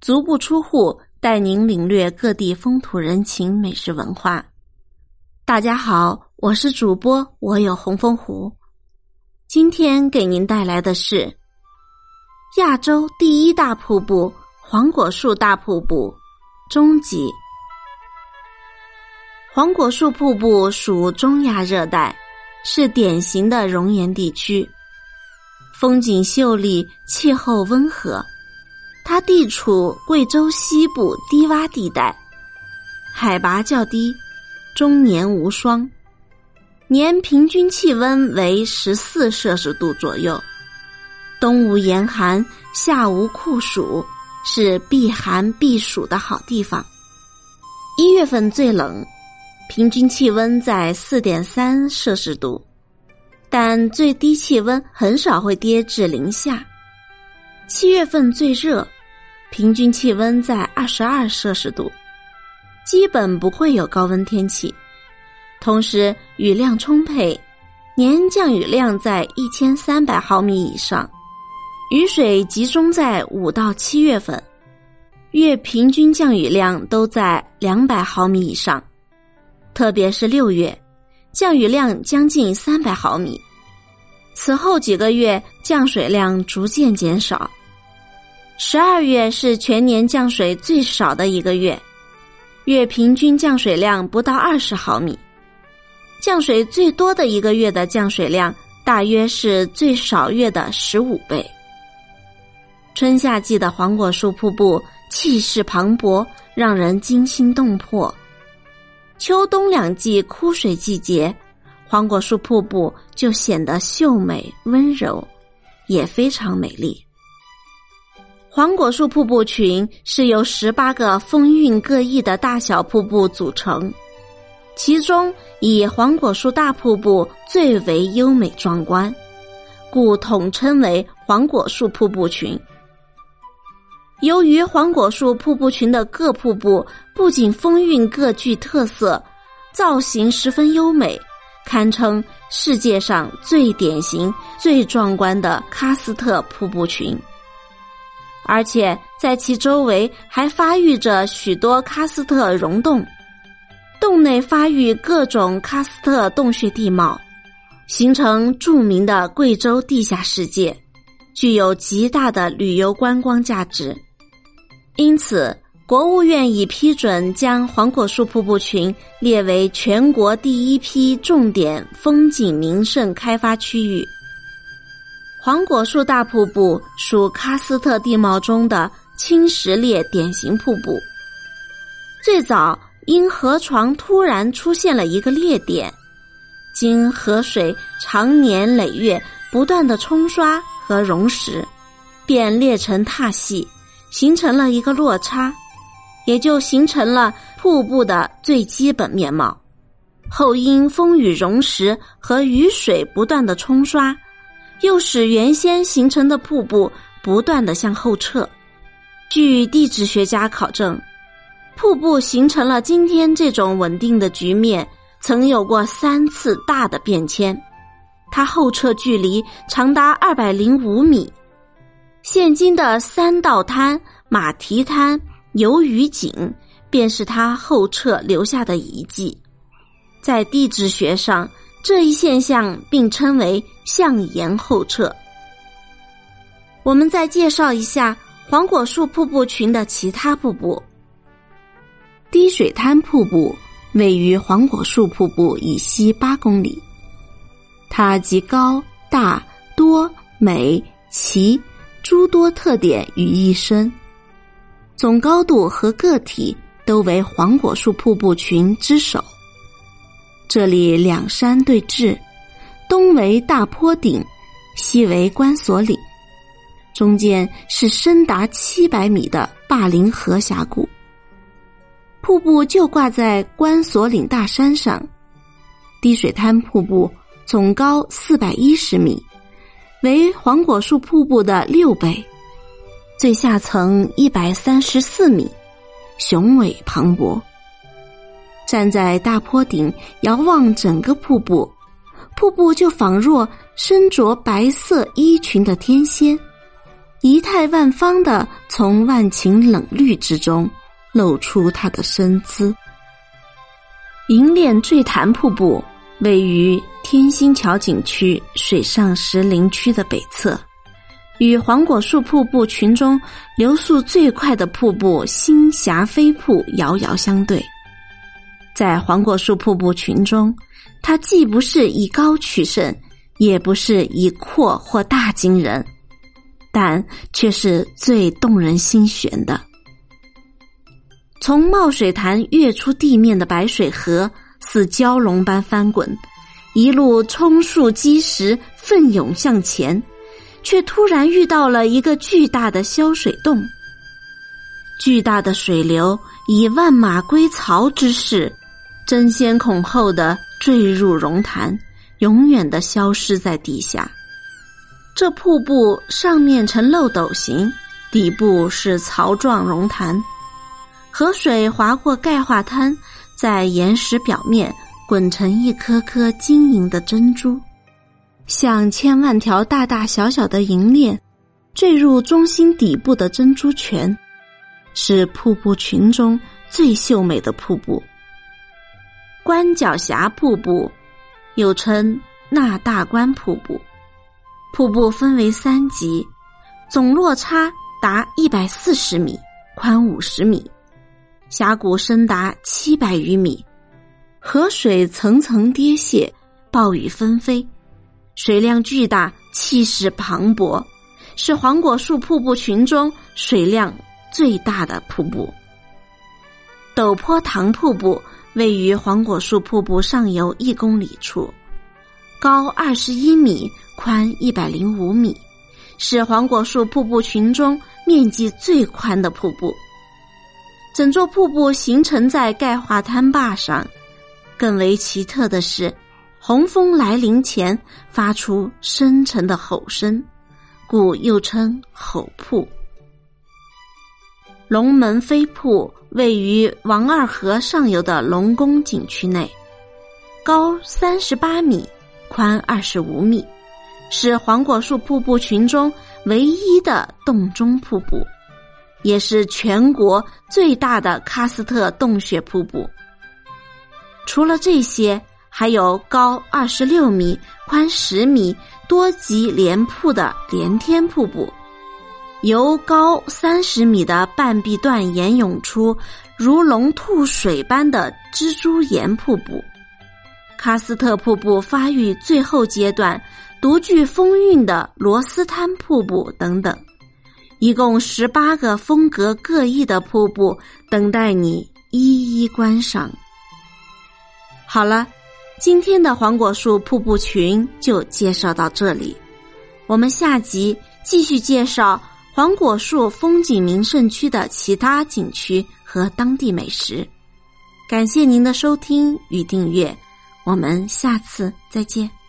足不出户，带您领略各地风土人情、美食文化。大家好，我是主播我有红枫湖。今天给您带来的是亚洲第一大瀑布黄果树大瀑布中极。黄果树瀑布属中亚热带，是典型的熔岩地区，风景秀丽，气候温和。它地处贵州西部低洼地带，海拔较低，终年无霜，年平均气温为14摄氏度左右，冬无严寒，夏无酷暑，是避寒避暑的好地方。1月份最冷，平均气温在 4.3 摄氏度，但最低气温很少会跌至零下。7月份最热，平均气温在22摄氏度，基本不会有高温天气。同时雨量充沛，年降雨量在1300毫米以上，雨水集中在5到7月份，月平均降雨量都在200毫米以上，特别是6月，降雨量将近300毫米。此后几个月降水量逐渐减少，12月是全年降水最少的一个月，月平均降水量不到20毫米。降水最多的一个月的降水量大约是最少月的15倍。春夏季的黄果树瀑布气势磅礴，让人惊心动魄。秋冬2季枯水季节，黄果树瀑布就显得秀美温柔，也非常美丽。黄果树瀑布群是由18个风韵各异的大小瀑布组成，其中以黄果树大瀑布最为优美壮观，故统称为黄果树瀑布群。由于黄果树瀑布群的各瀑布不仅风韵各具特色，造型十分优美，堪称世界上最典型、最壮观的喀斯特瀑布群。而且在其周围还发育着许多喀斯特溶洞，洞内发育各种喀斯特洞穴地貌，形成著名的贵州地下世界，具有极大的旅游观光价值。因此，国务院已批准将黄果树瀑布群列为全国第一批重点风景名胜开发区域。黄果树大瀑布属喀斯特地貌中的侵蚀裂典型瀑布，最早因河床突然出现了一个裂点，经河水长年累月不断的冲刷和溶蚀，便裂成沓隙，形成了一个落差，也就形成了瀑布的最基本面貌。后因风雨溶蚀和雨水不断的冲刷，又使原先形成的瀑布不断地向后撤。据地质学家考证，瀑布形成了今天这种稳定的局面，曾有过3次大的变迁，它后撤距离长达205米。现今的3道滩、马蹄滩、游鱼井便是它后撤留下的遗迹。在地质学上，这一现象并称为向岩后撤。我们再介绍一下黄果树瀑布群的其他瀑布。滴水滩瀑布位于黄果树瀑布以西8公里，它集高、大、多、美、奇诸多特点于一身，总高度和个体都为黄果树瀑布群之首。这里两山对峙，东为大坡顶，西为关索岭，中间是深达700米的灞陵河峡谷。瀑布就挂在关索岭大山上。滴水滩瀑布总高410米，为黄果树瀑布的6倍，最下层134米，雄伟磅礴。站在大坡顶遥望整个瀑布，瀑布就仿若身着白色衣裙的天仙， 仪态万方地从万顷冷绿之中露出它的身姿。银链坠潭瀑布位于天星桥景区水上石林区的北侧，与黄果树瀑布群中流速最快的瀑布星霞飞瀑遥遥相对。在黄果树瀑布群中，它既不是以高取胜，也不是以阔或大惊人，但却是最动人心弦的。从冒水潭跃出地面的白水河似蛟龙般翻滚，一路冲树击石，奋勇向前，却突然遇到了一个巨大的消水洞。巨大的水流以万马归槽之势，争先恐后地坠入溶潭，永远地消失在地下。这瀑布上面呈漏斗形，底部是槽状溶潭，河水划过钙化滩，在岩石表面滚成一颗颗晶莹的珍珠，像千万条大大小小的银链坠入中心底部的珍珠泉，是瀑布群中最秀美的瀑布。关角峡瀑布又称纳大关瀑布，瀑布分为3级，总落差达140米，宽50米，峡谷深达700余米，河水层层跌泻，暴雨纷飞，水量巨大，气势磅礴，是黄果树瀑布群中水量最大的瀑布。陡坡塘瀑布位于黄果树瀑布上游1公里处，高21米，宽105米，是黄果树瀑布群中面积最宽的瀑布。整座瀑布形成在钙化滩坝上，更为奇特的是，洪峰来临前发出深沉的吼声，故又称吼瀑。龙门飞瀑位于王二河上游的龙宫景区内，高38米，宽25米，是黄果树瀑布群中唯一的洞中瀑布，也是全国最大的喀斯特洞穴瀑布。除了这些，还有高26米、宽10米、多级连瀑的连天瀑布，由高30米的半壁断岩涌出如龙吐水般的蜘蛛岩瀑布，喀斯特瀑布发育最后阶段独具风韵的罗斯滩瀑布等等，一共18个风格各异的瀑布等待你一一观赏。好了，今天的黄果树瀑布群就介绍到这里，我们下集继续介绍黄果树风景名胜区的其他景区和当地美食。感谢您的收听与订阅，我们下次再见。